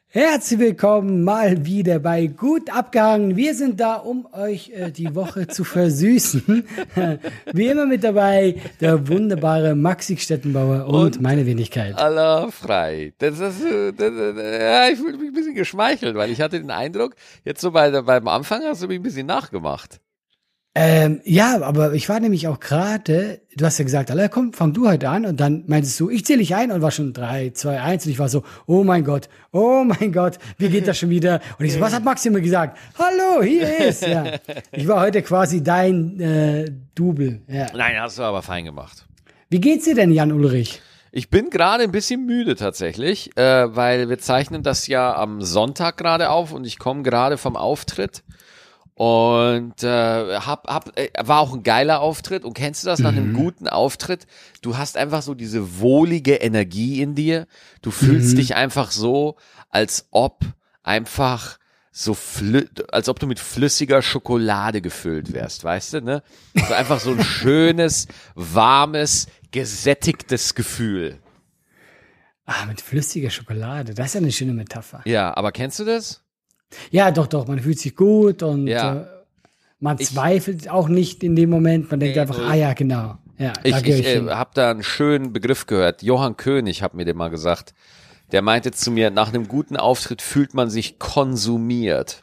Herzlich willkommen mal wieder bei Gut abgehangen. Wir sind da, um euch die Woche zu versüßen. Wie immer mit dabei der wunderbare Maxi Stettenbauer und meine Wenigkeit. Allah frei. Ja, ich fühle mich ein bisschen geschmeichelt, weil ich hatte den Eindruck, jetzt so beim Anfang hast du mich ein bisschen nachgemacht. Ja, aber ich war nämlich auch gerade, du hast ja gesagt, Allah, komm, fang du heute an. Und dann meintest du, ich zähle dich ein und war schon 3, 2, 1. Und ich war so, oh mein Gott, wie geht das schon wieder? Und ich so, was hat Maxi mir gesagt? Hallo, hier ist, ja. Ich war heute quasi dein Double. Ja. Nein, hast du aber fein gemacht. Wie geht's dir denn, Jan Ulrich? Ich bin gerade ein bisschen müde tatsächlich, weil wir zeichnen das ja am Sonntag gerade auf und ich komme gerade vom Auftritt. Und war auch ein geiler Auftritt. Und kennst du das nach einem guten Auftritt? Du hast einfach so diese wohlige Energie in dir. Du fühlst dich einfach so, als ob einfach so als ob du mit flüssiger Schokolade gefüllt wärst, weißt du, ne? Also einfach so ein schönes, warmes, gesättigtes Gefühl. Mit flüssiger Schokolade, das ist ja eine schöne Metapher. Ja, aber kennst du das? Ja, doch, man fühlt sich gut und man zweifelt auch nicht in dem Moment. Man denkt einfach, ja, genau. Ja, ich habe da einen schönen Begriff gehört. Johann König hat mir den mal gesagt. Der meinte zu mir, nach einem guten Auftritt fühlt man sich konsumiert.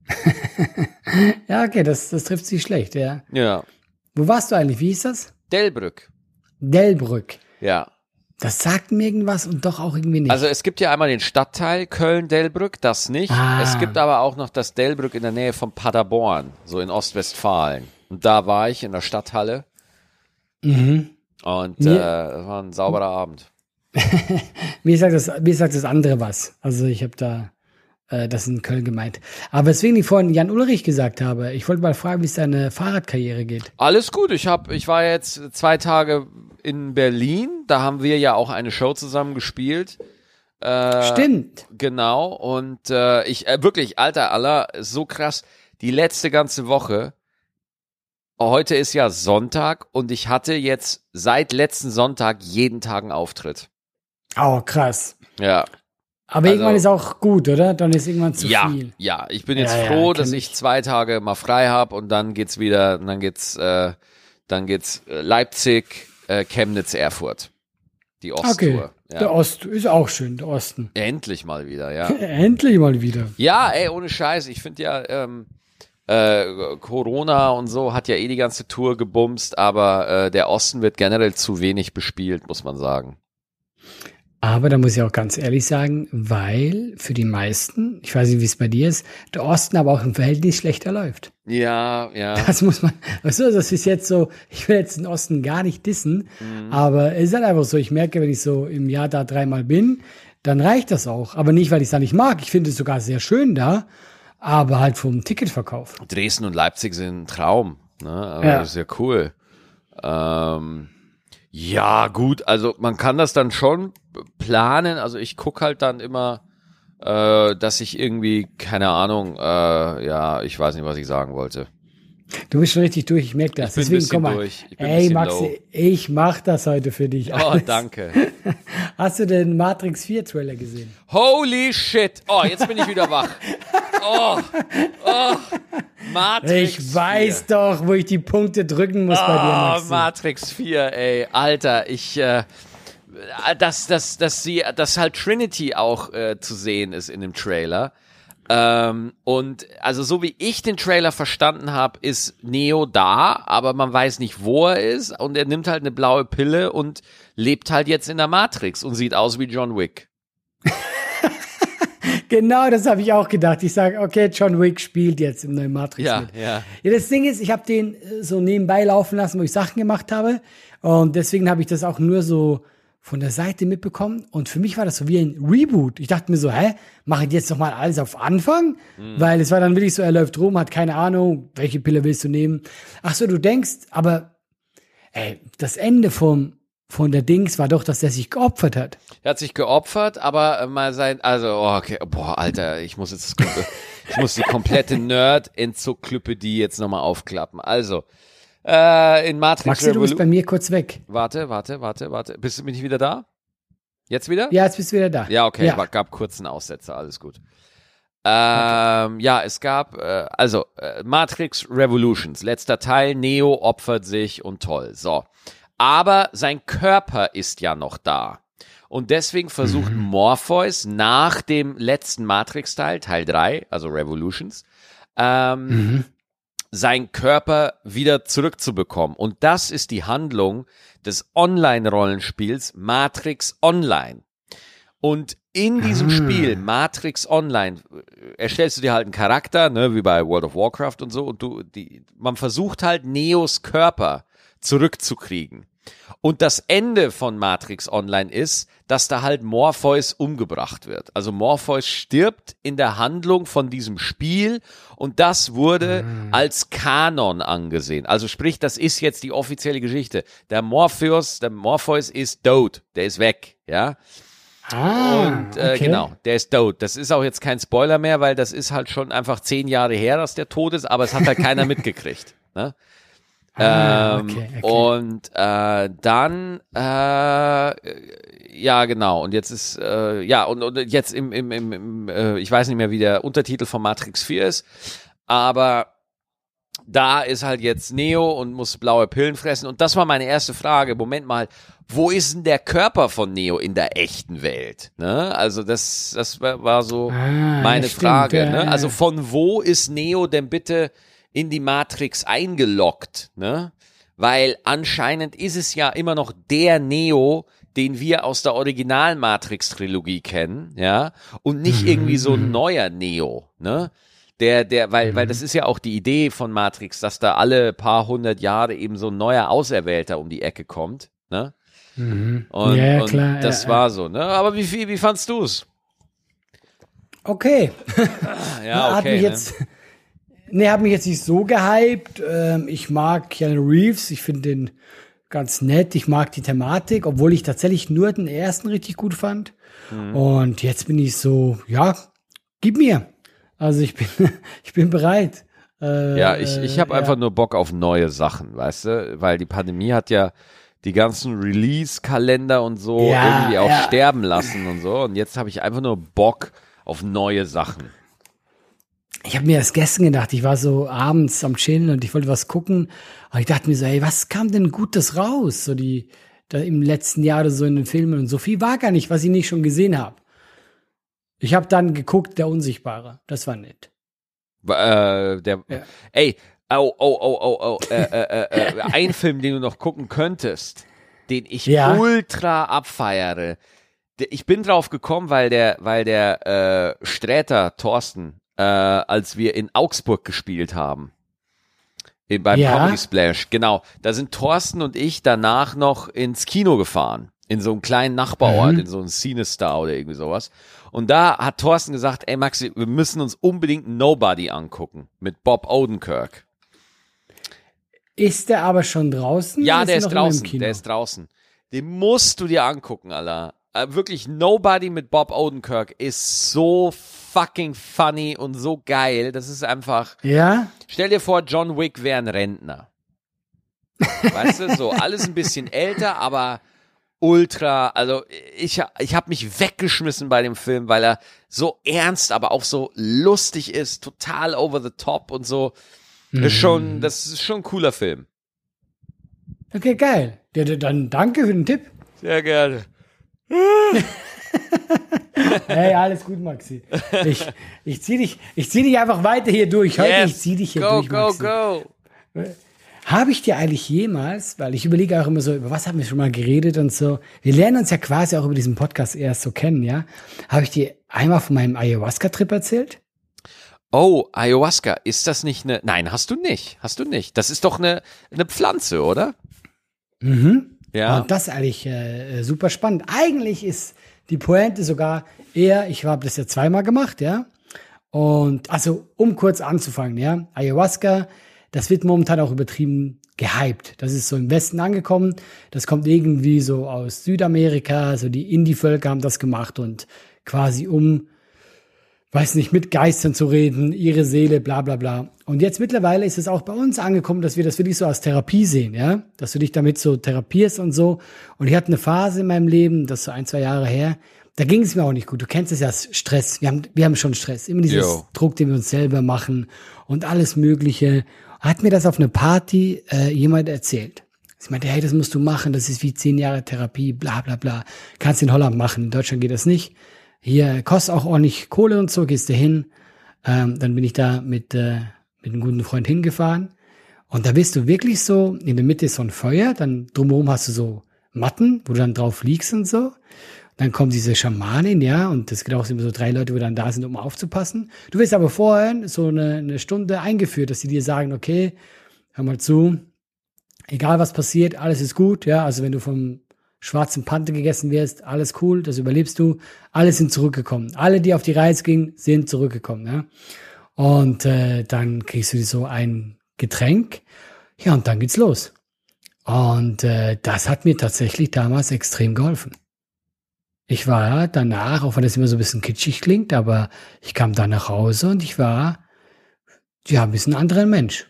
Ja, okay, das trifft sich schlecht, ja. Ja. Wo warst du eigentlich? Wie hieß das? Delbrück. Delbrück. Ja. Das sagt mir irgendwas und doch auch irgendwie nicht. Also es gibt ja einmal den Stadtteil Köln-Delbrück, das nicht. Es gibt aber auch noch das Delbrück in der Nähe von Paderborn, so in Ostwestfalen. Und da war ich in der Stadthalle. Und das war ein sauberer Abend. Mir sagt das andere was. Also ich habe da das in Köln gemeint. Aber weswegen ich vorhin Jan Ulrich gesagt habe, ich wollte mal fragen, wie es deine Fahrradkarriere geht. Alles gut, ich war jetzt 2 Tage in Berlin, da haben wir ja auch eine Show zusammen gespielt. Stimmt. Genau, und wirklich, Alter, Allah, so krass, die letzte ganze Woche, heute ist ja Sonntag und ich hatte jetzt seit letzten Sonntag jeden Tag einen Auftritt. Oh, krass. Ja. Aber irgendwann ist auch gut, oder? Dann ist irgendwann zu viel. Ja, ich bin jetzt froh, dass ich 2 Tage mal frei habe und dann geht's wieder, dann geht's Leipzig, Chemnitz, Erfurt. Die Osttour. Okay, ja. Der Ost ist auch schön, der Osten. Endlich mal wieder, ja. Endlich mal wieder. Ja, ey, ohne Scheiß, ich finde ja, Corona und so hat ja die ganze Tour gebumst, aber der Osten wird generell zu wenig bespielt, muss man sagen. Aber da muss ich auch ganz ehrlich sagen, weil für die meisten, ich weiß nicht, wie es bei dir ist, der Osten aber auch im Verhältnis schlechter läuft. Ja. Das muss man, weißt du, das ist jetzt so, ich will jetzt den Osten gar nicht dissen, aber es ist halt einfach so, ich merke, wenn ich so im Jahr da 3-mal bin, dann reicht das auch. Aber nicht, weil ich es da nicht mag, ich finde es sogar sehr schön da, aber halt vom Ticketverkauf. Dresden und Leipzig sind ein Traum, ne? Aber das ist ja cool. Ja, gut, also man kann das dann schon planen, also ich gucke halt dann immer, dass ich irgendwie, keine Ahnung, ich weiß nicht, was ich sagen wollte. Du bist schon richtig durch, ich merke das. Ich bin Deswegen ein bisschen durch. Ey, Maxi, ich mach das heute für dich. Oh, danke. Hast du den Matrix 4 Trailer gesehen? Holy shit. Oh, jetzt bin ich wieder wach. Oh, Matrix Ich weiß 4. doch, wo ich die Punkte drücken muss bei dir, Maxi. Matrix 4, ey, Alter, dass halt Trinity auch zu sehen ist in dem Trailer. Und also so wie ich den Trailer verstanden habe, ist Neo da, aber man weiß nicht, wo er ist und er nimmt halt eine blaue Pille und lebt halt jetzt in der Matrix und sieht aus wie John Wick. Genau, das habe ich auch gedacht. Ich sage, okay, John Wick spielt jetzt im neuen Matrix mit. Ja, das Ding ist, ich habe den so nebenbei laufen lassen, wo ich Sachen gemacht habe und deswegen habe ich das auch nur so von der Seite mitbekommen und für mich war das so wie ein Reboot. Ich dachte mir so, mache ich jetzt noch mal alles auf Anfang? Weil es war dann wirklich so, er läuft rum, hat keine Ahnung, welche Pille willst du nehmen? Ach so, du denkst, aber das Ende von der Dings war doch, dass er sich geopfert hat. Er hat sich geopfert, aber Alter, ich muss die komplette Nerd-Enzyklopädie jetzt nochmal aufklappen. Also, in Matrix Maxi, du bist bei mir kurz weg. Warte. Bin ich wieder da? Jetzt wieder? Ja, jetzt bist du wieder da. Ja, okay, ja. Gab kurzen Aussetzer, alles gut. Ja, es gab, Matrix Revolutions, letzter Teil, Neo opfert sich und toll, so. Aber sein Körper ist ja noch da. Und deswegen versucht Morpheus nach dem letzten Matrix-Teil, Teil 3, also Revolutions, seinen Körper wieder zurückzubekommen. Und das ist die Handlung des Online-Rollenspiels Matrix Online. Und in diesem Spiel, Matrix Online, erstellst du dir halt einen Charakter, ne, wie bei World of Warcraft und so, und man versucht halt Neos Körper zurückzukriegen. Und das Ende von Matrix Online ist, dass da halt Morpheus umgebracht wird. Also Morpheus stirbt in der Handlung von diesem Spiel und das wurde als Kanon angesehen. Also sprich, das ist jetzt die offizielle Geschichte. Der Morpheus ist tot, der ist weg, ja. Okay. Genau, der ist tot. Das ist auch jetzt kein Spoiler mehr, weil das ist halt schon einfach 10 Jahre her, dass der tot ist, aber es hat halt keiner mitgekriegt, ne? Okay. Und dann ja genau, und jetzt ist und jetzt im ich weiß nicht mehr, wie der Untertitel von Matrix 4 ist, aber da ist halt jetzt Neo und muss blaue Pillen fressen und das war meine erste Frage, Moment mal, wo ist denn der Körper von Neo in der echten Welt? Ne? Also das war so meine Frage, ne? Also von wo ist Neo denn bitte in die Matrix eingeloggt, ne? Weil anscheinend ist es ja immer noch der Neo, den wir aus der Original-Matrix-Trilogie kennen, ja, und nicht irgendwie so ein neuer Neo, ne? Weil das ist ja auch die Idee von Matrix, dass da alle paar hundert Jahre eben so ein neuer Auserwählter um die Ecke kommt, ne? Und, ja, klar, und das war so, ne? Aber wie fandst du's? Okay. Ja, okay. Hat mich jetzt nicht so gehypt. Ich mag Keanu Reeves. Ich finde den ganz nett. Ich mag die Thematik, obwohl ich tatsächlich nur den ersten richtig gut fand. Und jetzt bin ich so, ja, gib mir. Also ich bin bereit. Ich habe einfach nur Bock auf neue Sachen, weißt du? Weil die Pandemie hat ja die ganzen Release-Kalender und so irgendwie auch sterben lassen und so. Und jetzt habe ich einfach nur Bock auf neue Sachen. Ich habe mir das gestern gedacht, ich war so abends am Chillen und ich wollte was gucken. Und ich dachte mir so, ey, was kam denn Gutes raus? So da im letzten Jahr oder so in den Filmen und so viel war gar nicht, was ich nicht schon gesehen habe. Ich habe dann geguckt, Der Unsichtbare. Das war nett. Ey, ein Film, den du noch gucken könntest, den ich ultra abfeiere. Ich bin drauf gekommen, weil der Sträter Thorsten, als wir in Augsburg gespielt haben, beim Comedy Splash, genau, da sind Thorsten und ich danach noch ins Kino gefahren, in so einem kleinen Nachbarort, in so einem CineStar oder irgendwie sowas. Und da hat Thorsten gesagt, ey Maxi, wir müssen uns unbedingt Nobody angucken, mit Bob Odenkirk. Ist der aber schon draußen? Ja, der ist draußen. Den musst du dir angucken, Alter. Wirklich, Nobody mit Bob Odenkirk ist so fucking funny und so geil. Das ist einfach. Ja? Stell dir vor, John Wick wäre ein Rentner. Weißt du, so alles ein bisschen älter, aber ultra. Also ich habe mich weggeschmissen bei dem Film, weil er so ernst, aber auch so lustig ist, total over the top und so. Das ist schon ein cooler Film. Okay, geil. Ja, dann danke für den Tipp. Sehr gerne. Hey, alles gut, Maxi. Ich zieh dich einfach weiter hier durch. Heute, ich zieh dich hier durch, Maxi. Go. Habe ich dir eigentlich jemals, weil ich überlege auch immer so, über was haben wir schon mal geredet und so. Wir lernen uns ja quasi auch über diesen Podcast erst so kennen, ja. Habe ich dir einmal von meinem Ayahuasca-Trip erzählt? Oh, Ayahuasca, ist das nicht eine... Nein, hast du nicht. Das ist doch eine Pflanze, oder? Ja. Und das ist eigentlich super spannend. Eigentlich ist die Pointe sogar eher, ich habe das ja zweimal gemacht, ja. Und also, um kurz anzufangen, ja, Ayahuasca, das wird momentan auch übertrieben gehypt. Das ist so im Westen angekommen. Das kommt irgendwie so aus Südamerika. So die Indie-Völker haben das gemacht und quasi weiß nicht, mit Geistern zu reden, ihre Seele, bla bla bla. Und jetzt mittlerweile ist es auch bei uns angekommen, dass wir das wirklich so als Therapie sehen, ja, dass du dich damit so therapierst und so. Und ich hatte eine Phase in meinem Leben, das ist so 1-2 Jahre her, da ging es mir auch nicht gut. Du kennst es ja, Stress. Wir haben schon Stress. Immer dieses Druck, den wir uns selber machen und alles Mögliche. Hat mir das auf einer Party jemand erzählt. Sie meinte, hey, das musst du machen, das ist wie 10 Jahre Therapie, bla bla bla. Kannst in Holland machen, in Deutschland geht das nicht. Hier kostet auch ordentlich Kohle und so, gehst du hin. Dann bin ich da mit einem guten Freund hingefahren. Und da bist du wirklich so, in der Mitte ist so ein Feuer, dann drumherum hast du so Matten, wo du dann drauf liegst und so. Dann kommt diese Schamanin, ja, und das gibt auch immer so 3 Leute, die dann da sind, um aufzupassen. Du wirst aber vorher so eine Stunde eingeführt, dass sie dir sagen, okay, hör mal zu, egal was passiert, alles ist gut, ja, also wenn du vom schwarzen Panther gegessen wirst, alles cool, das überlebst du, alle sind zurückgekommen. Alle, die auf die Reise gingen, sind zurückgekommen, ja. Und dann kriegst du so ein Getränk, ja, und dann geht's los. Und das hat mir tatsächlich damals extrem geholfen. Ich war danach, auch wenn das immer so ein bisschen kitschig klingt, aber ich kam dann nach Hause und ich war, ja, ein bisschen ein anderer Mensch.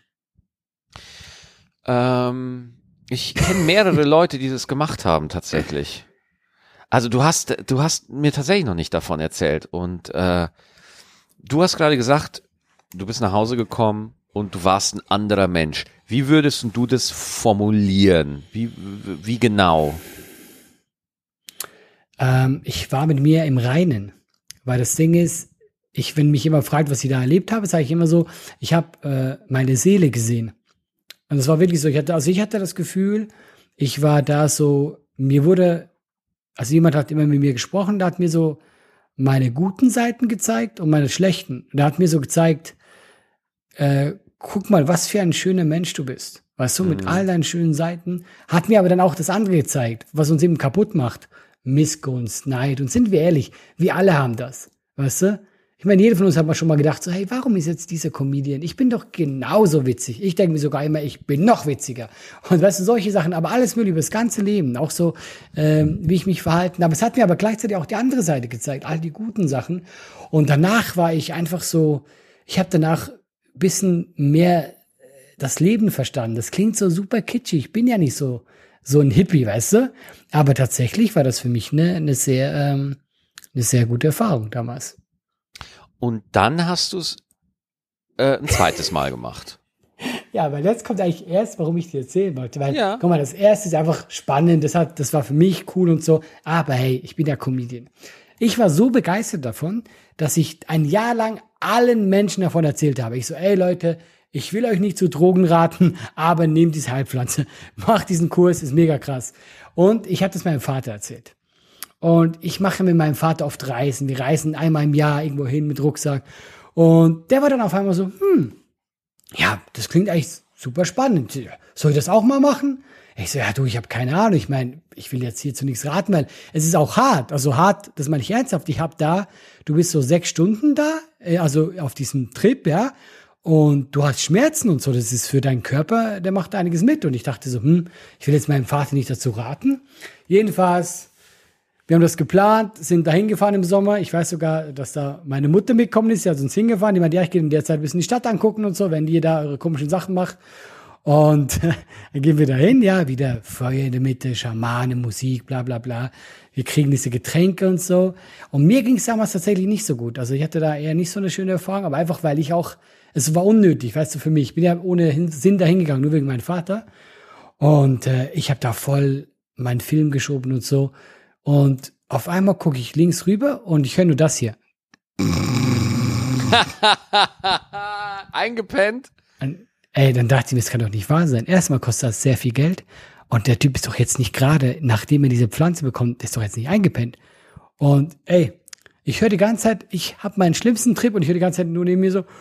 Ich kenne mehrere Leute, die das gemacht haben, tatsächlich. Also du hast mir tatsächlich noch nicht davon erzählt und du hast gerade gesagt, du bist nach Hause gekommen und du warst ein anderer Mensch. Wie würdest du das formulieren? Wie genau? Ich war mit mir im Reinen, weil das Ding ist, wenn mich jemand fragt, was ich da erlebt habe, sage ich immer so, ich habe meine Seele gesehen. Und das war wirklich so, ich hatte das Gefühl, ich war da so, jemand hat immer mit mir gesprochen, der hat mir so meine guten Seiten gezeigt und meine schlechten. Und der hat mir so gezeigt, guck mal, was für ein schöner Mensch du bist. Weißt du, mit all deinen schönen Seiten. Hat mir aber dann auch das andere gezeigt, was uns eben kaputt macht. Missgunst, Neid. Und sind wir ehrlich, wir alle haben das. Weißt du? Ich meine, jeder von uns hat mal schon mal gedacht, so, hey, warum ist jetzt dieser Comedian? Ich bin doch genauso witzig. Ich denke mir sogar immer, ich bin noch witziger. Und weißt du, solche Sachen, aber alles mögliche über das ganze Leben. Auch so, wie ich mich verhalten habe. Es hat mir aber gleichzeitig auch die andere Seite gezeigt, all die guten Sachen. Und danach war ich einfach so, ich habe danach ein bisschen mehr das Leben verstanden. Das klingt so super kitschig. Ich bin ja nicht so ein Hippie, weißt du? Aber tatsächlich war das für mich eine sehr gute Erfahrung damals. Und dann hast du es ein zweites Mal gemacht. Ja, weil jetzt kommt eigentlich erst, warum ich dir erzählen wollte. Weil, guck mal, das erste ist einfach spannend, das war für mich cool und so. Aber hey, ich bin ja Comedian. Ich war so begeistert davon, dass ich ein Jahr lang allen Menschen davon erzählt habe. Ich so, ey Leute, ich will euch nicht zu Drogen raten, aber nehmt diese Heilpflanze. Macht diesen Kurs, ist mega krass. Und ich habe das meinem Vater erzählt. Und ich mache mit meinem Vater oft Reisen. Wir reisen einmal im Jahr irgendwo hin mit Rucksack. Und der war dann auf einmal so, ja, das klingt eigentlich super spannend. Soll ich das auch mal machen? Ich so, ja du, ich habe keine Ahnung. Ich meine, ich will jetzt hierzu nichts raten, weil es ist auch hart. Also hart, das meine ich ernsthaft. Du bist so 6 Stunden da, also auf diesem Trip, ja. Und du hast Schmerzen und so. Das ist für deinen Körper, der macht einiges mit. Und ich dachte so, ich will jetzt meinem Vater nicht dazu raten. Jedenfalls, wir haben das geplant, sind da hingefahren im Sommer. Ich weiß sogar, dass da meine Mutter mitgekommen ist. Sie hat uns hingefahren. Die meinte, ja, ich gehe in der Zeit ein bisschen die Stadt angucken und so, wenn die da ihre komischen Sachen macht. Und dann gehen wir da hin, ja, wieder Feuer in der Mitte, Schamane, Musik, bla bla bla. Wir kriegen diese Getränke und so. Und mir ging es damals tatsächlich nicht so gut. Also ich hatte da eher nicht so eine schöne Erfahrung, aber einfach, weil es war unnötig, weißt du, für mich. Ich bin ja ohne Sinn da hingegangen, nur wegen meinem Vater. Und ich habe da voll meinen Film geschoben und so. Und auf einmal gucke ich links rüber und ich höre nur das hier. Eingepennt? Dann dachte ich mir, das kann doch nicht wahr sein. Erstmal kostet das sehr viel Geld. Und der Typ ist doch jetzt nicht gerade, nachdem er diese Pflanze bekommt, ist doch jetzt nicht eingepennt. Und ich höre die ganze Zeit, ich habe meinen schlimmsten Trip und ich höre die ganze Zeit nur neben mir so.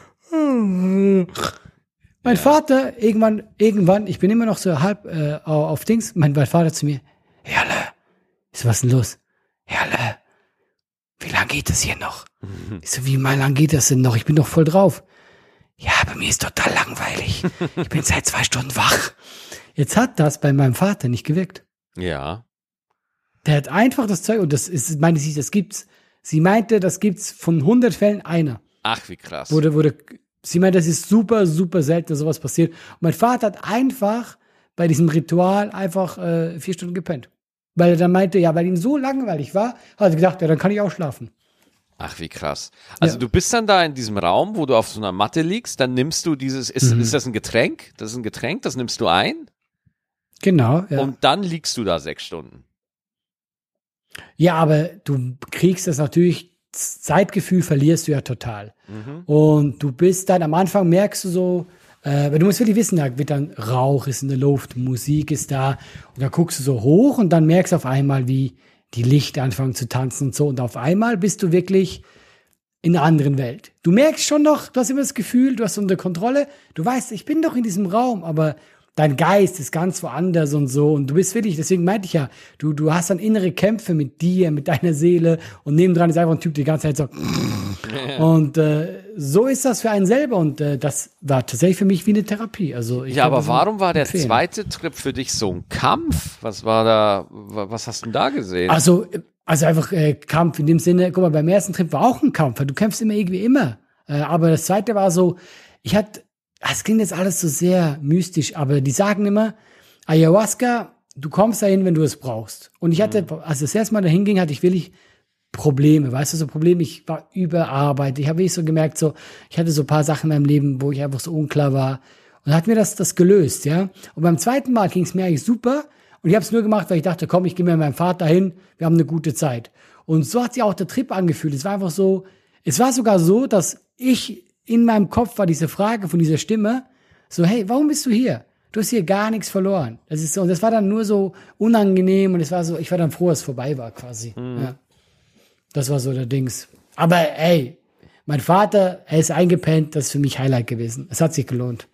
Mein Vater, irgendwann, ich bin immer noch so halb auf Dings, mein Vater zu mir, Herrle, ist was denn los? Herrle, wie lange geht das hier noch? Ich so, wie lang geht das denn noch? Ich bin doch voll drauf. Ja, bei mir ist total langweilig. Ich bin seit 2 Stunden wach. Jetzt hat das bei meinem Vater nicht gewirkt. Ja. Der hat einfach das Zeug, und das ist, meine ich, das gibt's Sie meinte, das gibt's von 100 Fällen einer. Ach, wie krass. Sie meinte, das ist super, super selten, dass sowas passiert. Und mein Vater hat einfach bei diesem Ritual einfach 4 Stunden gepennt. Weil er dann meinte, ja, weil ihm so langweilig war, hat er gedacht, ja, dann kann ich auch schlafen. Ach, wie krass. Also du bist dann da in diesem Raum, wo du auf so einer Matte liegst, dann nimmst du ist das ein Getränk? Das ist ein Getränk, das nimmst du ein? Genau, ja. Und dann liegst du da 6 Stunden. Ja, aber du kriegst das natürlich, Zeitgefühl verlierst du ja total. Und du bist dann, am Anfang merkst du so, weil du musst wirklich wissen, da wird dann Rauch ist in der Luft, Musik ist da und dann guckst du so hoch und dann merkst du auf einmal, wie die Lichter anfangen zu tanzen und so und auf einmal bist du wirklich in einer anderen Welt. Du merkst schon noch, du hast immer das Gefühl, du hast unter Kontrolle, du weißt, ich bin doch in diesem Raum, aber dein Geist ist ganz woanders und so und du bist wirklich, deswegen meinte ich ja, du hast dann innere Kämpfe mit dir, mit deiner Seele und nebendran ist einfach ein Typ, der die ganze Zeit so und so ist das für einen selber und das war tatsächlich für mich wie eine Therapie. Also ja, aber warum war der zweite Trip für dich so ein Kampf? Was hast du denn da gesehen? Also einfach Kampf in dem Sinne, guck mal, beim ersten Trip war auch ein Kampf, weil du kämpfst irgendwie immer, aber das zweite war so, es klingt jetzt alles so sehr mystisch, aber die sagen immer, Ayahuasca, du kommst dahin, wenn du es brauchst. Und ich hatte, als das erste Mal dahin ging, hatte ich wirklich Probleme, weißt du, so Probleme, ich war überarbeitet, ich habe wirklich so gemerkt, so, ich hatte so ein paar Sachen in meinem Leben, wo ich einfach so unklar war. Und dann hat mir das gelöst, ja. Und beim zweiten Mal ging es mir eigentlich super und ich habe es nur gemacht, weil ich dachte, komm, ich gehe mit meinem Vater hin, wir haben eine gute Zeit. Und so hat sich auch der Trip angefühlt. Es war einfach so, es war sogar so, dass in meinem Kopf war diese Frage von dieser Stimme, so, hey, warum bist du hier? Du hast hier gar nichts verloren. Das ist so, und das war dann nur so unangenehm und es war so, ich war dann froh, dass es vorbei war quasi. Ja. Das war so der Dings. Aber ey, mein Vater, er ist eingepennt, das ist für mich Highlight gewesen. Es hat sich gelohnt.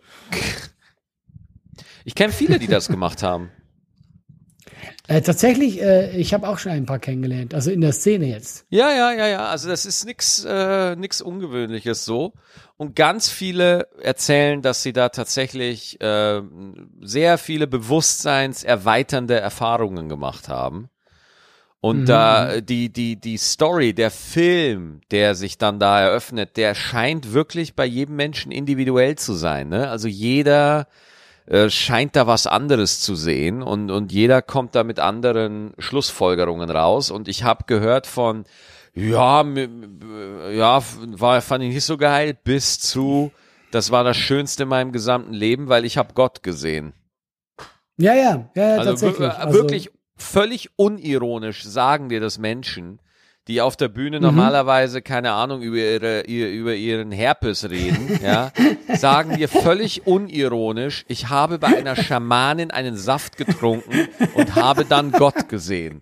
Ich kenne viele, die das gemacht haben. Tatsächlich, ich habe auch schon ein paar kennengelernt, also in der Szene jetzt. Ja. Also das ist nix Ungewöhnliches so. Und ganz viele erzählen, dass sie da tatsächlich sehr viele bewusstseinserweiternde Erfahrungen gemacht haben. Und da die Story, der Film, der sich dann da eröffnet, der scheint wirklich bei jedem Menschen individuell zu sein. Ne? Also jeder scheint da was anderes zu sehen und jeder kommt da mit anderen Schlussfolgerungen raus. Und ich habe gehört von, fand ich nicht so geil, bis zu, das war das Schönste in meinem gesamten Leben, weil ich habe Gott gesehen. Ja, also tatsächlich. Wirklich völlig unironisch sagen dir das Menschen, die auf der Bühne normalerweise, keine Ahnung, über ihren Herpes reden, ja, sagen dir völlig unironisch, ich habe bei einer Schamanin einen Saft getrunken und habe dann Gott gesehen.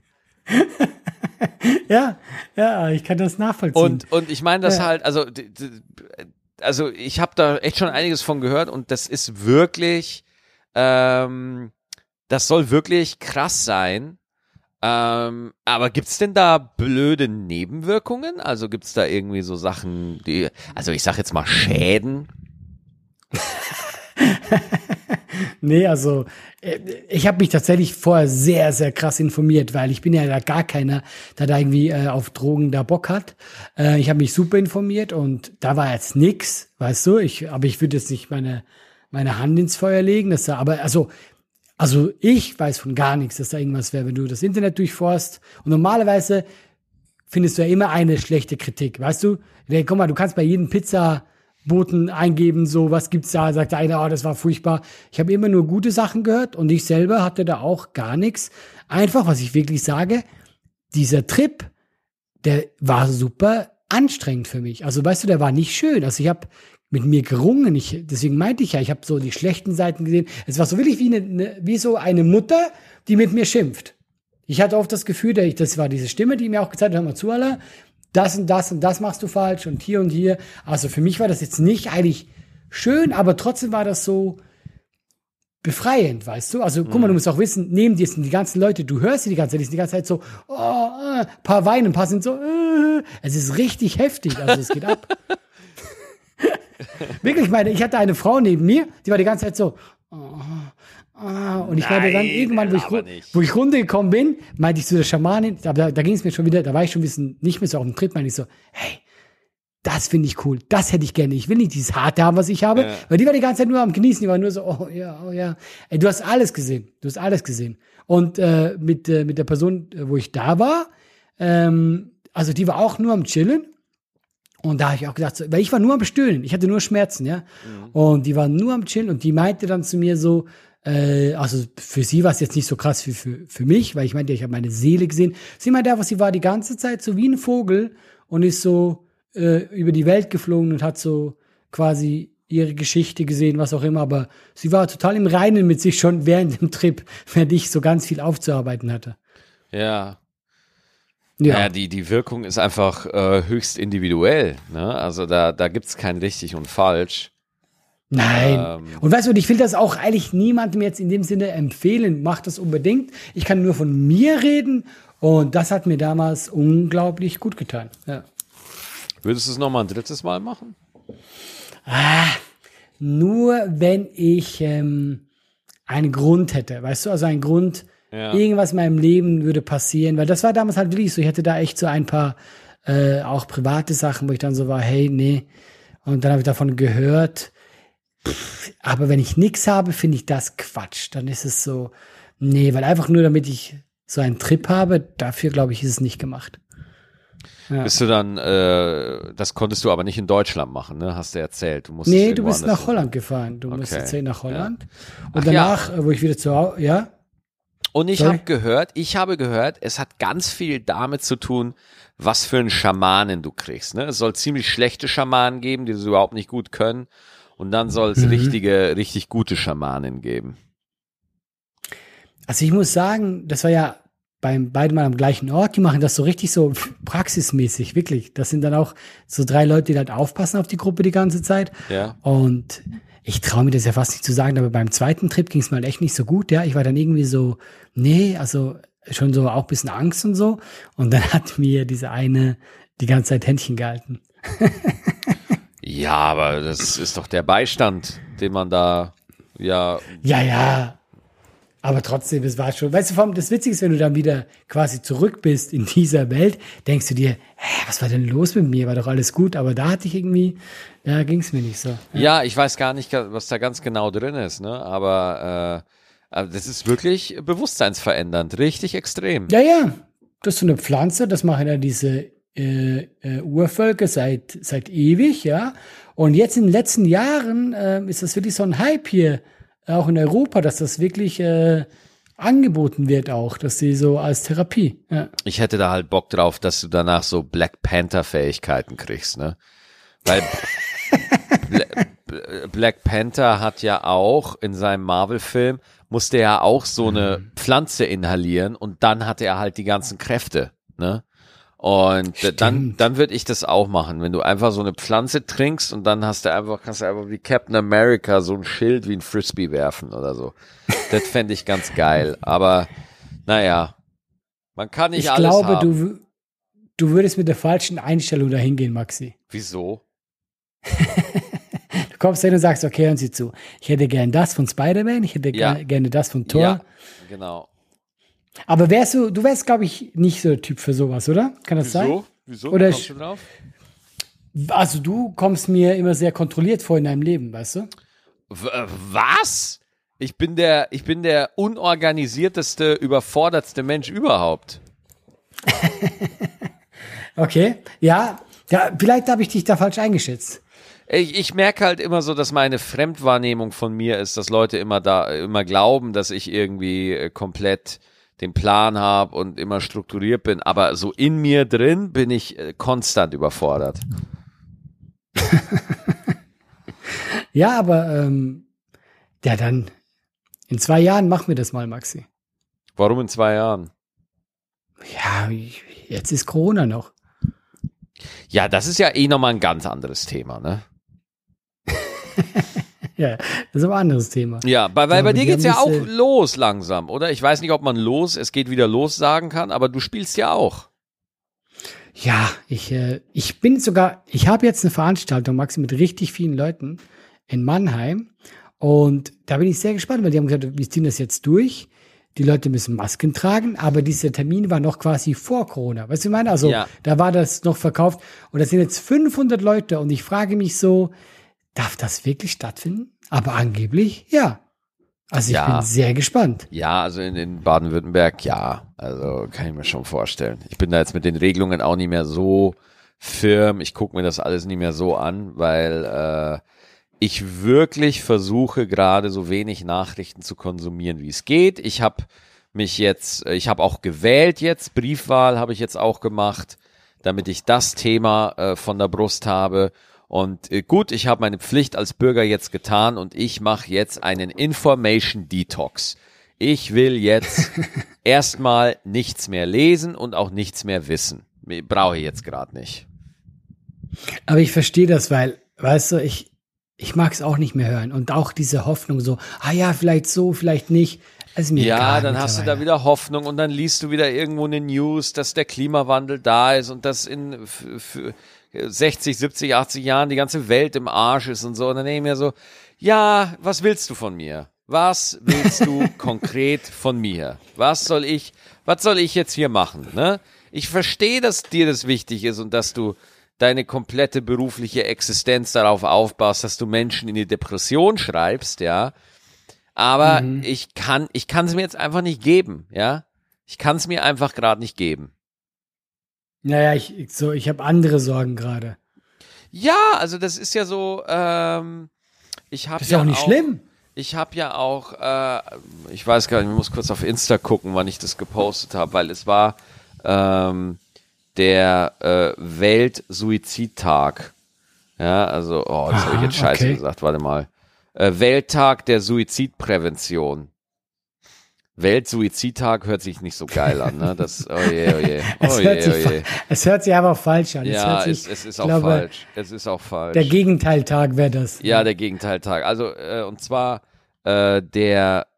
Ja, ich kann das nachvollziehen. Und ich meine das halt, also ich habe da echt schon einiges von gehört und das ist wirklich, das soll wirklich krass sein. Aber gibt's denn da blöde Nebenwirkungen? Also gibt's da irgendwie so Sachen, also ich sag jetzt mal Schäden? Nee, also ich habe mich tatsächlich vorher sehr, sehr krass informiert, weil ich bin ja da gar keiner, der da irgendwie auf Drogen da Bock hat. Ich habe mich super informiert und da war jetzt nix, weißt du, aber ich würde jetzt nicht meine Hand ins Feuer legen, also ich weiß von gar nichts, dass da irgendwas wäre, wenn du das Internet durchforst. Und normalerweise findest du ja immer eine schlechte Kritik, weißt du? Guck mal, du kannst bei jedem Pizzaboten eingeben, so, was gibt's da? Sagt der eine, das war furchtbar. Ich habe immer nur gute Sachen gehört und ich selber hatte da auch gar nichts. Einfach, was ich wirklich sage, dieser Trip, der war super anstrengend für mich. Also, weißt du, der war nicht schön. Also, ich habe mit mir gerungen. Deswegen meinte ich ja, ich habe so die schlechten Seiten gesehen. Es war so wirklich wie so eine Mutter, die mit mir schimpft. Ich hatte oft das Gefühl, das war diese Stimme, die mir auch gezeigt hat, hör mal zu, Allah, das und das und das machst du falsch und hier und hier. Also für mich war das jetzt nicht eigentlich schön, aber trotzdem war das so befreiend, weißt du? Also guck mal, du musst auch wissen, neben dir sind die ganzen Leute, du hörst sie die ganze Zeit, die sind die ganze Zeit so, paar weinen, ein paar sind so, es ist richtig heftig, also es geht ab. Wirklich, ich hatte eine Frau neben mir, die war die ganze Zeit so, Und ich meinte dann irgendwann, wo ich runtergekommen bin, meinte ich zu der Schamanin, da ging es mir schon wieder, da war ich schon ein bisschen nicht mehr so auf dem Trip, meinte ich so, hey, das finde ich cool, das hätte ich gerne. Ich will nicht dieses Harte haben, was ich habe, weil die war die ganze Zeit nur am Genießen, die war nur so, oh ja. Ey, du hast alles gesehen. Und mit der Person, wo ich da war, also die war auch nur am Chillen. Und da habe ich auch gedacht, weil ich war nur am Stöhnen, ich hatte nur Schmerzen, ja. Und die war nur am Chillen und die meinte dann zu mir so, also für sie war es jetzt nicht so krass wie für mich, weil ich meinte, ich habe meine Seele gesehen. Sie meinte einfach, sie war die ganze Zeit so wie ein Vogel und ist so über die Welt geflogen und hat so quasi ihre Geschichte gesehen, was auch immer, aber sie war total im Reinen mit sich schon während dem Trip, während ich so ganz viel aufzuarbeiten hatte. Ja. Ja, die Wirkung ist einfach höchst individuell, ne? Also da gibt's kein richtig und falsch. Nein. Und weißt du, ich will das auch eigentlich niemandem jetzt in dem Sinne empfehlen. Mach das unbedingt. Ich kann nur von mir reden und das hat mir damals unglaublich gut getan. Ja. Würdest du es nochmal ein drittes Mal machen? Nur wenn ich einen Grund hätte, weißt du, also einen Grund, irgendwas in meinem Leben würde passieren, weil das war damals halt wirklich so, ich hatte da echt so ein paar auch private Sachen, wo ich dann so war, hey, nee, und dann habe ich davon gehört, aber wenn ich nichts habe, finde ich das Quatsch, dann ist es so, nee, weil einfach nur damit ich so einen Trip habe, dafür glaube ich, ist es nicht gemacht. Ja. Bist du dann, das konntest du aber nicht in Deutschland machen, ne? Hast du erzählt. Du bist nach Holland gefahren. Du musst jetzt nach Holland. Ja. Und danach, wo ich wieder zu Hause, ja. Und ich habe gehört, es hat ganz viel damit zu tun, was für einen Schamanen du kriegst, ne? Es soll ziemlich schlechte Schamanen geben, die das überhaupt nicht gut können. Und dann soll es richtig gute Schamanen geben. Also ich muss sagen, das war ja beiden Mal am gleichen Ort, die machen das so richtig so praxismäßig, wirklich. Das sind dann auch so 3 Leute, die halt aufpassen auf die Gruppe die ganze Zeit. Ja. Und ich traue mir das ja fast nicht zu sagen, aber beim zweiten Trip ging es mir halt echt nicht so gut, ja. Ich war dann irgendwie so, nee, also schon so auch ein bisschen Angst und so. Und dann hat mir diese eine die ganze Zeit Händchen gehalten. Ja, aber das ist doch der Beistand, den man da, ja. Ja. Aber trotzdem, es war schon, weißt du, das Witzige ist, wenn du dann wieder quasi zurück bist in dieser Welt, denkst du dir, was war denn los mit mir? War doch alles gut, aber da hatte ich irgendwie, ging es mir nicht so. Ja, ich weiß gar nicht, was da ganz genau drin ist, ne? Aber das ist wirklich bewusstseinsverändernd, richtig extrem. Ja, das ist so eine Pflanze, das machen ja diese Urvölker seit ewig, ja. Und jetzt in den letzten Jahren ist das wirklich so ein Hype hier, auch in Europa, dass das wirklich angeboten wird auch, dass sie so als Therapie. Ja. Ich hätte da halt Bock drauf, dass du danach so Black Panther-Fähigkeiten kriegst, ne? Weil Black Panther hat ja auch in seinem Marvel-Film, musste er auch so eine Pflanze inhalieren und dann hatte er halt die ganzen Kräfte, ne? Und dann würde ich das auch machen, wenn du einfach so eine Pflanze trinkst und dann kannst du einfach wie Captain America so ein Schild wie ein Frisbee werfen oder so. Das fände ich ganz geil. Aber naja, man kann nicht alles haben. Ich glaube, du würdest mit der falschen Einstellung dahin gehen, Maxi. Wieso? Du kommst hin und sagst, okay, hören Sie zu. Ich hätte gern das von Spider-Man, ich hätte gerne das von Thor. Ja, genau. Aber du wärst, glaube ich, nicht so der Typ für sowas, oder? Kann das sein? Wieso? Oder kommst du drauf? Also du kommst mir immer sehr kontrolliert vor in deinem Leben, weißt du? Was? Ich bin der unorganisierteste, überfordertste Mensch überhaupt. Okay, ja, vielleicht habe ich dich da falsch eingeschätzt. Ich merke halt immer so, dass meine Fremdwahrnehmung von mir ist, dass Leute immer glauben, dass ich irgendwie komplett den Plan habe und immer strukturiert bin, aber so in mir drin bin ich konstant überfordert. Ja, aber dann in 2 Jahren machen wir das mal, Maxi. Warum in 2 Jahren? Ja, jetzt ist Corona noch. Ja, das ist ja nochmal ein ganz anderes Thema, ne? Ja, das ist aber ein anderes Thema. Ja, weil bei dir geht's ja auch los langsam, oder? Ich weiß nicht, ob man es geht wieder los sagen kann, aber du spielst ja auch. Ja, ich habe jetzt eine Veranstaltung, Maxi, mit richtig vielen Leuten in Mannheim Und da bin ich sehr gespannt, weil die haben gesagt, wir ziehen das jetzt durch. Die Leute müssen Masken tragen, aber dieser Termin war noch quasi vor Corona. Weißt du, ich meine? Also da war das noch verkauft und das sind jetzt 500 Leute und ich frage mich so, darf das wirklich stattfinden? Aber angeblich, ja. Also ich bin sehr gespannt. Ja, also in Baden-Württemberg, ja. Also kann ich mir schon vorstellen. Ich bin da jetzt mit den Regelungen auch nicht mehr so firm. Ich gucke mir das alles nicht mehr so an, weil ich wirklich versuche gerade so wenig Nachrichten zu konsumieren, wie es geht. Ich habe auch gewählt jetzt, Briefwahl habe ich jetzt auch gemacht, damit ich das Thema von der Brust habe. Und gut, ich habe meine Pflicht als Bürger jetzt getan und ich mache jetzt einen Information Detox. Ich will jetzt erstmal nichts mehr lesen und auch nichts mehr wissen. Brauche ich jetzt gerade nicht. Aber ich verstehe das, weil, weißt du, ich mag es auch nicht mehr hören. Und auch diese Hoffnung so, ja, vielleicht so, vielleicht nicht. Also mir ja, dann hast du da wieder Hoffnung und dann liest du wieder irgendwo eine News, dass der Klimawandel da ist und dass in 60, 70, 80 Jahren die ganze Welt im Arsch ist und so. Und dann denke ich mir so, ja, was willst du von mir? Was willst du konkret von mir? Was soll ich jetzt hier machen? Ne? Ich verstehe, dass dir das wichtig ist und dass du deine komplette berufliche Existenz darauf aufbaust, dass du Menschen in die Depression schreibst, ja. Aber ich kann es mir jetzt einfach nicht geben, ja. Ich kann es mir einfach gerade nicht geben. Naja, ich habe andere Sorgen gerade. Ja, also das ist ja so, ich habe ist ja auch nicht schlimm. Ich habe ja auch, ich weiß gar nicht, ich muss kurz auf Insta gucken, wann ich das gepostet habe, weil es war der Weltsuizidtag. Ja, also, das habe ich jetzt scheiße gesagt, warte mal. Welttag der Suizidprävention. Weltsuizidtag hört sich nicht so geil an, ne? Das, oh je. Es hört sich aber falsch an. Ja, es ist auch falsch. Es ist auch falsch. Der Gegenteiltag wäre das. Ja, der Gegenteiltag. Also, und zwar der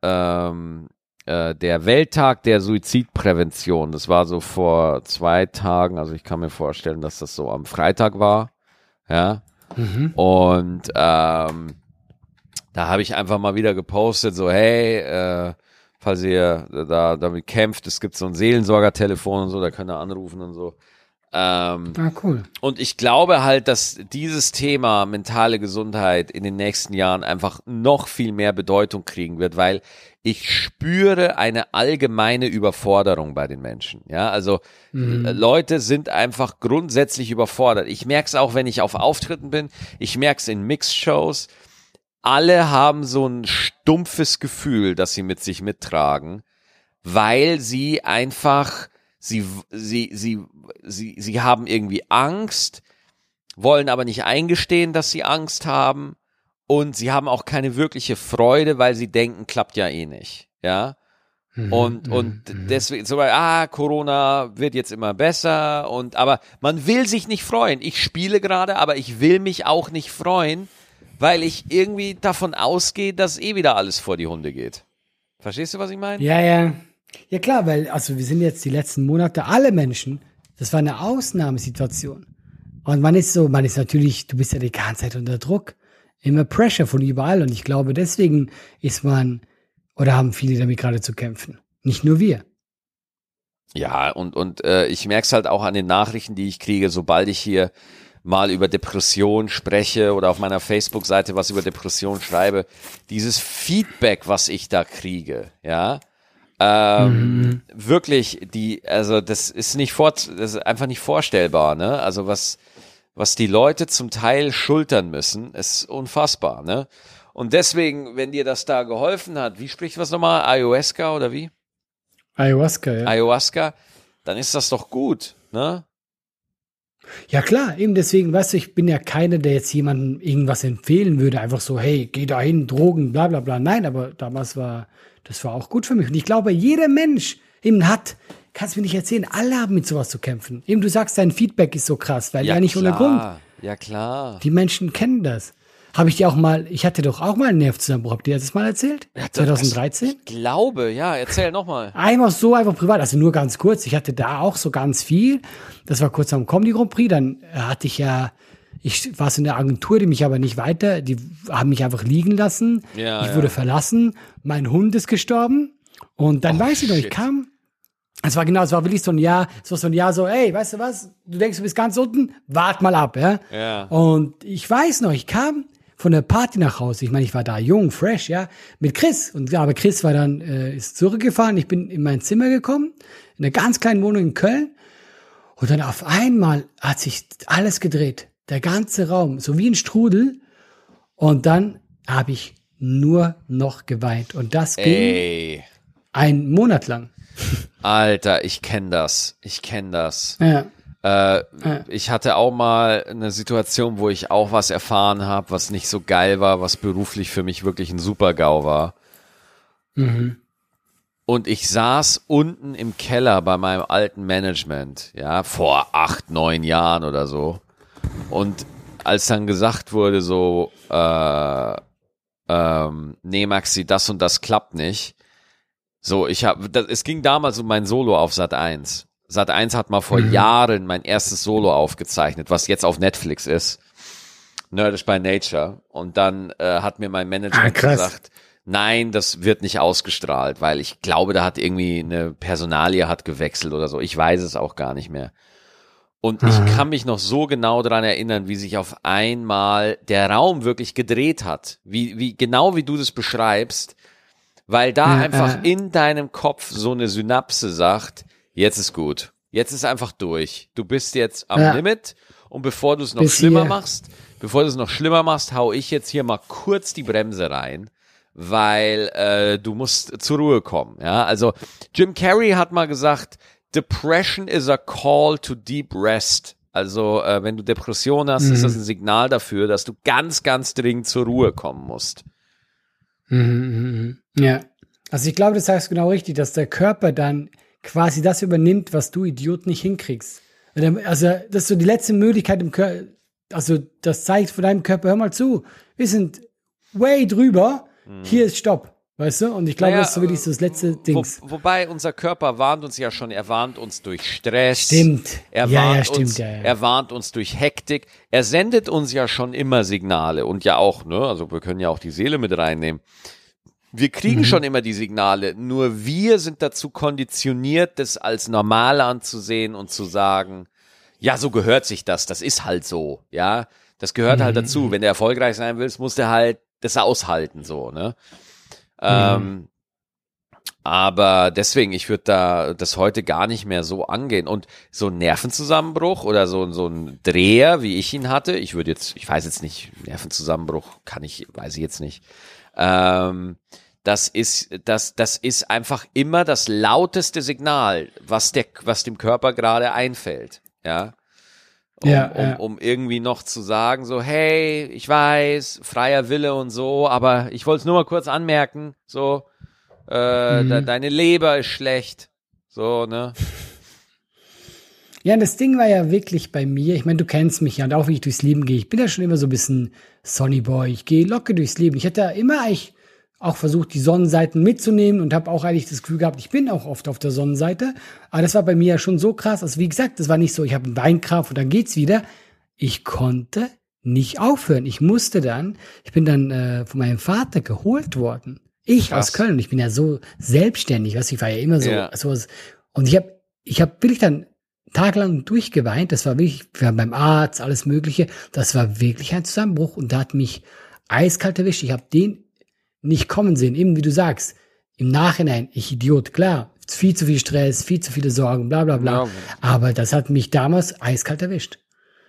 Welttag der Suizidprävention. Das war so vor 2 Tagen. Also ich kann mir vorstellen, dass das so am Freitag war. Ja. Und da habe ich einfach mal wieder gepostet, so hey, falls ihr da damit kämpft, es gibt so ein Seelensorgertelefon und so, da könnt ihr anrufen und so. Cool. Und ich glaube halt, dass dieses Thema mentale Gesundheit in den nächsten Jahren einfach noch viel mehr Bedeutung kriegen wird, weil ich spüre eine allgemeine Überforderung bei den Menschen. Ja, also Leute sind einfach grundsätzlich überfordert. Ich merke es auch, wenn ich auf Auftritten bin. Ich merke es in Mixed-Shows. Alle haben so ein stumpfes Gefühl, das sie mit sich mittragen, weil sie einfach Sie haben irgendwie Angst, wollen aber nicht eingestehen, dass sie Angst haben und sie haben auch keine wirkliche Freude, weil sie denken, klappt ja eh nicht, ja. Und deswegen, so, Corona wird jetzt immer besser aber man will sich nicht freuen. Ich spiele gerade, aber ich will mich auch nicht freuen, weil ich irgendwie davon ausgehe, dass eh wieder alles vor die Hunde geht. Verstehst du, was ich meine? Ja. Ja klar, weil wir sind jetzt die letzten Monate alle Menschen, das war eine Ausnahmesituation. Und man ist natürlich, du bist ja die ganze Zeit unter Druck, immer Pressure von überall und ich glaube, deswegen haben viele damit gerade zu kämpfen. Nicht nur wir. Ja, und ich merke es halt auch an den Nachrichten, die ich kriege, sobald ich hier mal über Depression spreche oder auf meiner Facebook-Seite was über Depression schreibe, dieses Feedback, was ich da kriege, ja, wirklich, das ist einfach nicht vorstellbar, ne? Also was die Leute zum Teil schultern müssen, ist unfassbar, ne? Und deswegen, wenn dir das da geholfen hat, wie spricht was nochmal? Ayahuasca oder wie? Ayahuasca, ja. Ayahuasca, dann ist das doch gut, ne? Ja klar, eben deswegen, weißt du, ich bin ja keiner, der jetzt jemandem irgendwas empfehlen würde, einfach so, hey, geh da hin, Drogen, bla bla bla. Nein, aber damals das war auch gut für mich. Und ich glaube, jeder Mensch eben kannst du mir nicht erzählen, alle haben mit sowas zu kämpfen. Eben du sagst, dein Feedback ist so krass, weil ja nicht ohne Grund. Ja klar. Die Menschen kennen das. Ich hatte doch auch mal einen Nervzusammenbruch. Habt ihr das mal erzählt? Ja, 2013? Ich glaube, ja, erzähl nochmal. Einfach privat, also nur ganz kurz. Ich hatte da auch so ganz viel. Das war kurz am Comedy Grand Prix. Dann hatte ich ja Ich war so in der Agentur, die haben mich einfach liegen lassen. Ja, ich wurde verlassen. Mein Hund ist gestorben. Und dann weiß ich noch, ich kam. Es war wirklich so ein Jahr, ey, weißt du was? Du denkst, du bist ganz unten? Wart mal ab, ja? Ja. Und ich weiß noch, ich kam von der Party nach Hause. Ich meine, ich war da jung, fresh, ja, mit Chris. Aber Chris war dann, ist zurückgefahren. Ich bin in mein Zimmer gekommen, in einer ganz kleinen Wohnung in Köln. Und dann auf einmal hat sich alles gedreht. Der ganze Raum, so wie ein Strudel. Und dann habe ich nur noch geweint. Und das ging einen Monat lang. Alter, ich kenn das. Ja. Ich hatte auch mal eine Situation, wo ich auch was erfahren habe, was nicht so geil war, was beruflich für mich wirklich ein Super-GAU war. Mhm. Und ich saß unten im Keller bei meinem alten Management, ja, vor 8, 9 Jahren oder so. Und als dann gesagt wurde so, nee Maxi, das und das klappt nicht. So, es ging damals um mein Solo auf Sat.1. Sat.1 hat mal vor Jahren mein erstes Solo aufgezeichnet, was jetzt auf Netflix ist. Nerdish by Nature. Und dann hat mir mein Manager gesagt, nein, das wird nicht ausgestrahlt, weil ich glaube, da hat irgendwie eine Personalie hat gewechselt oder so. Ich weiß es auch gar nicht mehr. Und ich kann mich noch so genau daran erinnern, wie sich auf einmal der Raum wirklich gedreht hat. Genau wie du das beschreibst, weil da einfach in deinem Kopf so eine Synapse sagt, jetzt ist gut. Jetzt ist einfach durch. Du bist jetzt am Limit und bevor du es noch schlimmer machst, hau ich jetzt hier mal kurz die Bremse rein, weil du musst zur Ruhe kommen. Ja, also Jim Carrey hat mal gesagt, Depression is a call to deep rest. Also wenn du Depression hast, ist das ein Signal dafür, dass du ganz, ganz dringend zur Ruhe kommen musst. Ja, also ich glaube, das sagst du genau richtig, dass der Körper dann quasi das übernimmt, was du Idiot nicht hinkriegst. Also das ist so die letzte Möglichkeit im Körper, also das zeigt von deinem Körper, hör mal zu, wir sind way drüber, hier ist Stopp. Weißt du? Und ich glaube, das ist so wirklich so das letzte Ding. Wobei unser Körper warnt uns ja schon, er warnt uns durch Stress. Stimmt. Er warnt uns durch Hektik. Er sendet uns ja schon immer Signale und ja auch, ne, also wir können ja auch die Seele mit reinnehmen. Wir kriegen schon immer die Signale, nur wir sind dazu konditioniert, das als normal anzusehen und zu sagen, ja, so gehört sich das ist halt so, ja. Das gehört halt dazu. Wenn der erfolgreich sein will, muss der halt das aushalten, so, ne. Aber deswegen, ich würde das heute gar nicht mehr so angehen. Und so ein Nervenzusammenbruch oder so ein Dreher, wie ich ihn hatte, ich weiß jetzt nicht, Nervenzusammenbruch weiß ich jetzt nicht. Das ist einfach immer das lauteste Signal, was dem Körper gerade einfällt, ja. Um irgendwie noch zu sagen, so, hey, ich weiß, freier Wille und so, aber ich wollte es nur mal kurz anmerken, so, deine Leber ist schlecht, so, ne? Ja, das Ding war ja wirklich bei mir, ich meine, du kennst mich ja und auch wie ich durchs Leben gehe, ich bin ja schon immer so ein bisschen Sonnyboy, ich gehe locker durchs Leben. Ich hätte ja immer eigentlich auch versucht, die Sonnenseiten mitzunehmen und habe auch eigentlich das Gefühl gehabt, ich bin auch oft auf der Sonnenseite. Aber das war bei mir ja schon so krass. Also wie gesagt, das war nicht so, ich habe einen Weinkraft und dann geht's wieder. Ich konnte nicht aufhören. Ich bin dann von meinem Vater geholt worden. Ich aus Köln. Ich bin ja so selbstständig, weißt du, ich war ja immer so. Und ich hab wirklich dann tagelang durchgeweint. Das war wirklich, wir waren beim Arzt, alles Mögliche. Das war wirklich ein Zusammenbruch und da hat mich eiskalt erwischt. Ich habe den nicht kommen sehen, eben wie du sagst, im Nachhinein, ich Idiot, klar, viel zu viel Stress, viel zu viele Sorgen, bla bla bla, aber das hat mich damals eiskalt erwischt.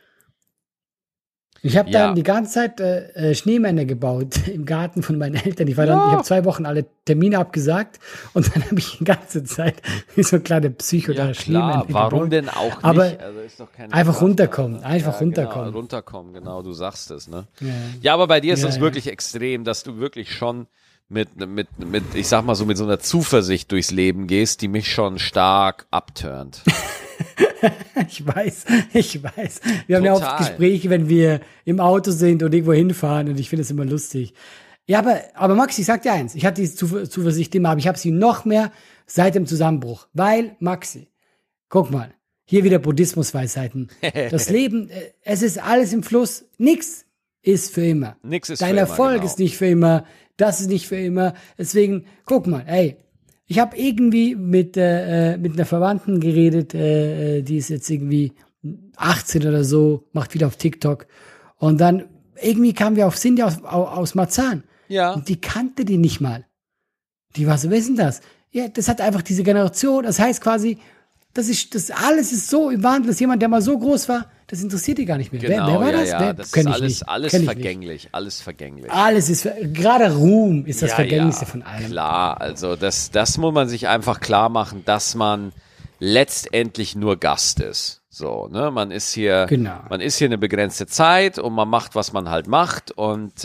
Ich habe dann die ganze Zeit Schneemänner gebaut im Garten von meinen Eltern. Ich habe 2 Wochen alle Termine abgesagt und dann habe ich die ganze Zeit wie so kleine Psycho da Schneemänner gebaut. Warum denn auch nicht? Aber also ist doch keine einfach runterkommen, runterkommen. Genau, runterkommen, genau, du sagst es, ne? Ja, aber bei dir ist das wirklich extrem, dass du wirklich schon mit, ich sag mal so, mit so einer Zuversicht durchs Leben gehst, die mich schon stark abturnt. Ich weiß. Wir haben ja oft Gespräche, wenn wir im Auto sind und irgendwo hinfahren und ich finde es immer lustig. Ja, aber Max, ich sag dir eins, ich hatte diese Zuversicht immer, aber ich habe sie noch mehr seit dem Zusammenbruch. Weil, Maxi, guck mal, Hier wieder Buddhismus-Weisheiten. Das Leben, es ist alles im Fluss. Nix ist für immer. Nix ist Dein für immer, Erfolg genau. ist nicht für immer. Das ist nicht für immer. Deswegen, guck mal, ey. Ich habe irgendwie mit einer Verwandten geredet, die ist jetzt irgendwie 18 oder so, macht wieder auf TikTok. Und dann irgendwie kamen wir auf Cindy aus Marzahn. Ja. Und die kannte die nicht mal. Die war so, wer ist denn das? Ja, das hat einfach diese Generation. Das heißt quasi, das alles ist so im Wandel, dass jemand, der mal so groß war, das interessiert die gar nicht mehr. Genau, wer war das? Ja, das ist alles vergänglich. Alles vergänglich. Alles ist, gerade Ruhm ist das Vergänglichste von allem. Klar, also das muss man sich einfach klar machen, dass man letztendlich nur Gast ist. So, ne? Man ist hier eine begrenzte Zeit und man macht, was man halt macht und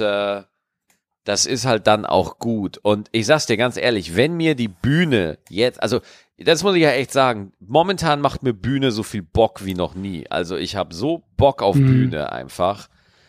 das ist halt dann auch gut. Und ich sag's dir ganz ehrlich, wenn mir die Bühne jetzt, also das muss ich ja echt sagen, momentan macht mir Bühne so viel Bock wie noch nie. Also ich habe so Bock auf Bühne einfach.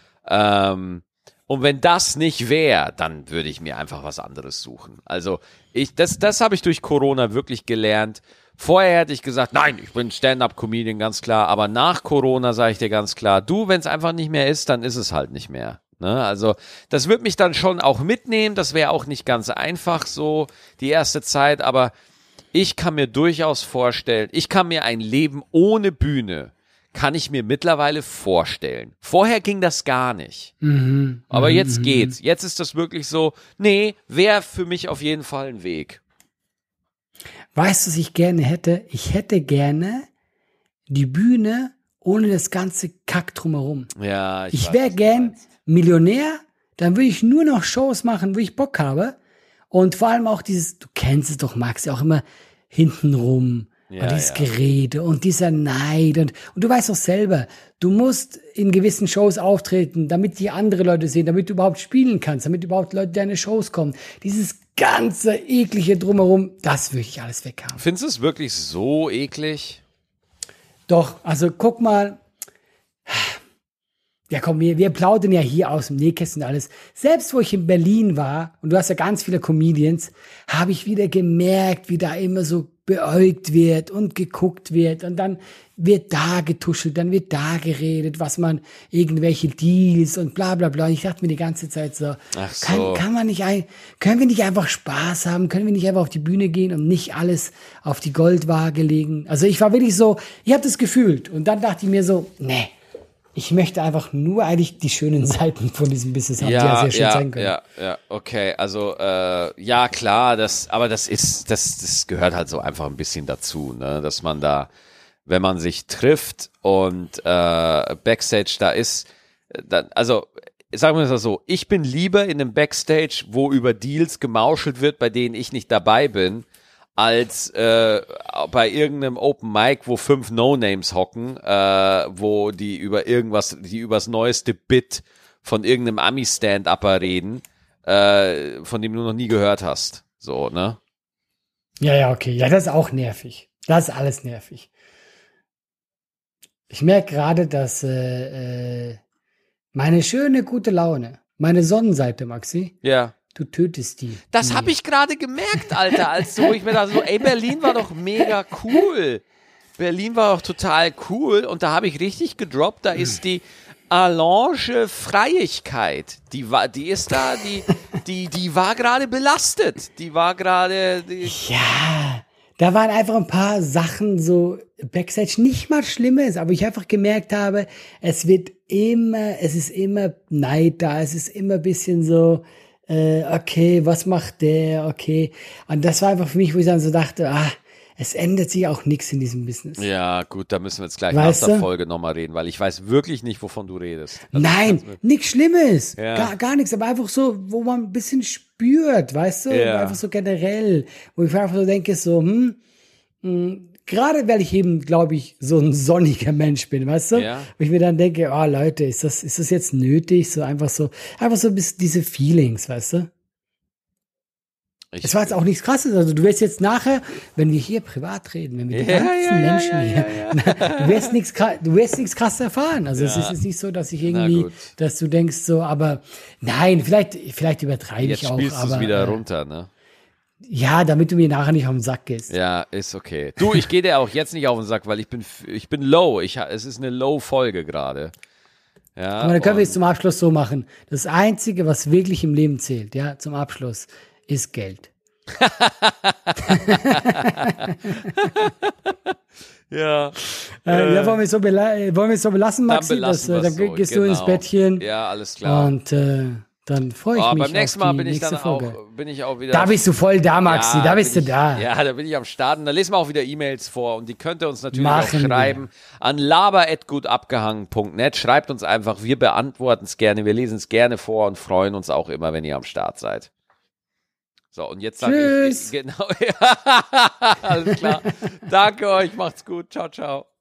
Und wenn das nicht wäre, dann würde ich mir einfach was anderes suchen. Also das habe ich durch Corona wirklich gelernt. Vorher hätte ich gesagt, nein, ich bin Stand-up-Comedian, ganz klar. Aber nach Corona sage ich dir ganz klar, wenn es einfach nicht mehr ist, dann ist es halt nicht mehr. Ne? Also das wird mich dann schon auch mitnehmen. Das wäre auch nicht ganz einfach so die erste Zeit. Aber ich kann mir durchaus vorstellen, ich kann mir ein Leben ohne Bühne, kann ich mir mittlerweile vorstellen. Vorher ging das gar nicht. Aber jetzt geht's. Jetzt ist das wirklich so, nee, wäre für mich auf jeden Fall ein Weg. Weißt du, was ich gerne hätte? Ich hätte gerne die Bühne ohne das ganze Kack drumherum. Ja, ich wäre gern Millionär, dann würde ich nur noch Shows machen, wo ich Bock habe. Und vor allem auch dieses, du kennst es doch, Max, ja auch immer hintenrum. Und dieses Gerede und dieser Neid. Und du weißt doch selber, du musst in gewissen Shows auftreten, damit die andere Leute sehen, damit du überhaupt spielen kannst, damit überhaupt Leute deine Shows kommen. Dieses ganze eklige Drumherum, das würde ich alles weghaben. Findest du es wirklich so eklig? Doch, also guck mal. Ja komm, wir plaudern ja hier aus dem Nähkästchen und alles. Selbst wo ich in Berlin war, und du hast ja ganz viele Comedians, habe ich wieder gemerkt, wie da immer so beäugt wird und geguckt wird und dann wird da getuschelt, dann wird da geredet, was man, irgendwelche Deals und bla bla bla. Ich dachte mir die ganze Zeit so, können wir nicht einfach Spaß haben, können wir nicht einfach auf die Bühne gehen und nicht alles auf die Goldwaage legen? Also ich war wirklich so, ich habe das gefühlt und dann dachte ich mir so, nee, ich möchte einfach nur eigentlich die schönen Seiten von diesem Business haben, die ja sehr schön sein können. Ja, okay, also ja klar, das gehört halt so einfach ein bisschen dazu, ne, dass man da, wenn man sich trifft und Backstage da ist, dann, also sagen wir das so, ich bin lieber in einem Backstage, wo über Deals gemauschelt wird, bei denen ich nicht dabei bin, als bei irgendeinem Open Mic, wo 5 No-Names hocken, wo die übers neueste Bit von irgendeinem Ami-Stand-Upper reden, von dem du noch nie gehört hast. So, ne? Ja, okay. Ja, das ist auch nervig. Das ist alles nervig. Ich merke gerade, dass meine schöne, gute Laune, meine Sonnenseite, Maxi, du tötest die. Das habe ich gerade gemerkt, Alter, als so ich mir da so, ey, Berlin war doch mega cool. Berlin war doch total cool und da habe ich richtig gedroppt, da ist die Allonge Freiigkeit. Die war gerade belastet. Ja, da waren einfach ein paar Sachen so Backstage, nicht mal Schlimmes, aber ich einfach gemerkt habe, es ist immer Neid da, es ist immer ein bisschen so, okay, was macht der, okay. Und das war einfach für mich, wo ich dann so dachte, es ändert sich auch nichts in diesem Business. Ja, gut, da müssen wir jetzt gleich nach der Folge nochmal reden, weil ich weiß wirklich nicht, wovon du redest. Also nein, nichts Schlimmes, gar nichts, aber einfach so, wo man ein bisschen spürt, weißt du, einfach so generell, wo ich einfach so denke, so, gerade weil ich eben, glaube ich, so ein sonniger Mensch bin, weißt du? Ja. Wo ich mir dann denke, Leute, ist das jetzt nötig? So einfach so diese Feelings, weißt du? Es war jetzt auch nichts Krasses. Also du wirst jetzt nachher, wenn wir hier privat reden, wenn wir die ganzen Menschen hier, du wirst nichts Krasses erfahren. Also es ist jetzt nicht so, dass ich irgendwie, dass du denkst so, aber nein, vielleicht übertreibe ich auch. Jetzt spielst du es wieder runter, ne? Ja, damit du mir nachher nicht auf den Sack gehst. Ja, ist okay. Du, ich gehe dir auch jetzt nicht auf den Sack, weil ich bin low. Es ist eine Low-Folge gerade. Ja, aber dann können wir es zum Abschluss so machen. Das Einzige, was wirklich im Leben zählt, ja, zum Abschluss, ist Geld. Ja. Ja, wollen wir es so belassen, Maxi? Dann so, gehst du ins Bettchen. Ja, alles klar. Und dann freue ich mich beim nächsten Mal bin ich auch wieder. Da bist du voll da, Maxi, da bist du da. Ja, da bin ich am Start. Und da lesen wir auch wieder E-Mails vor und die könnt ihr uns natürlich auch schreiben an laber@gutabgehangen.net. Schreibt uns einfach, wir beantworten es gerne, wir lesen es gerne vor und freuen uns auch immer, wenn ihr am Start seid. So, und jetzt sage ich, genau, ja, alles klar. Danke euch, macht's gut, ciao, ciao.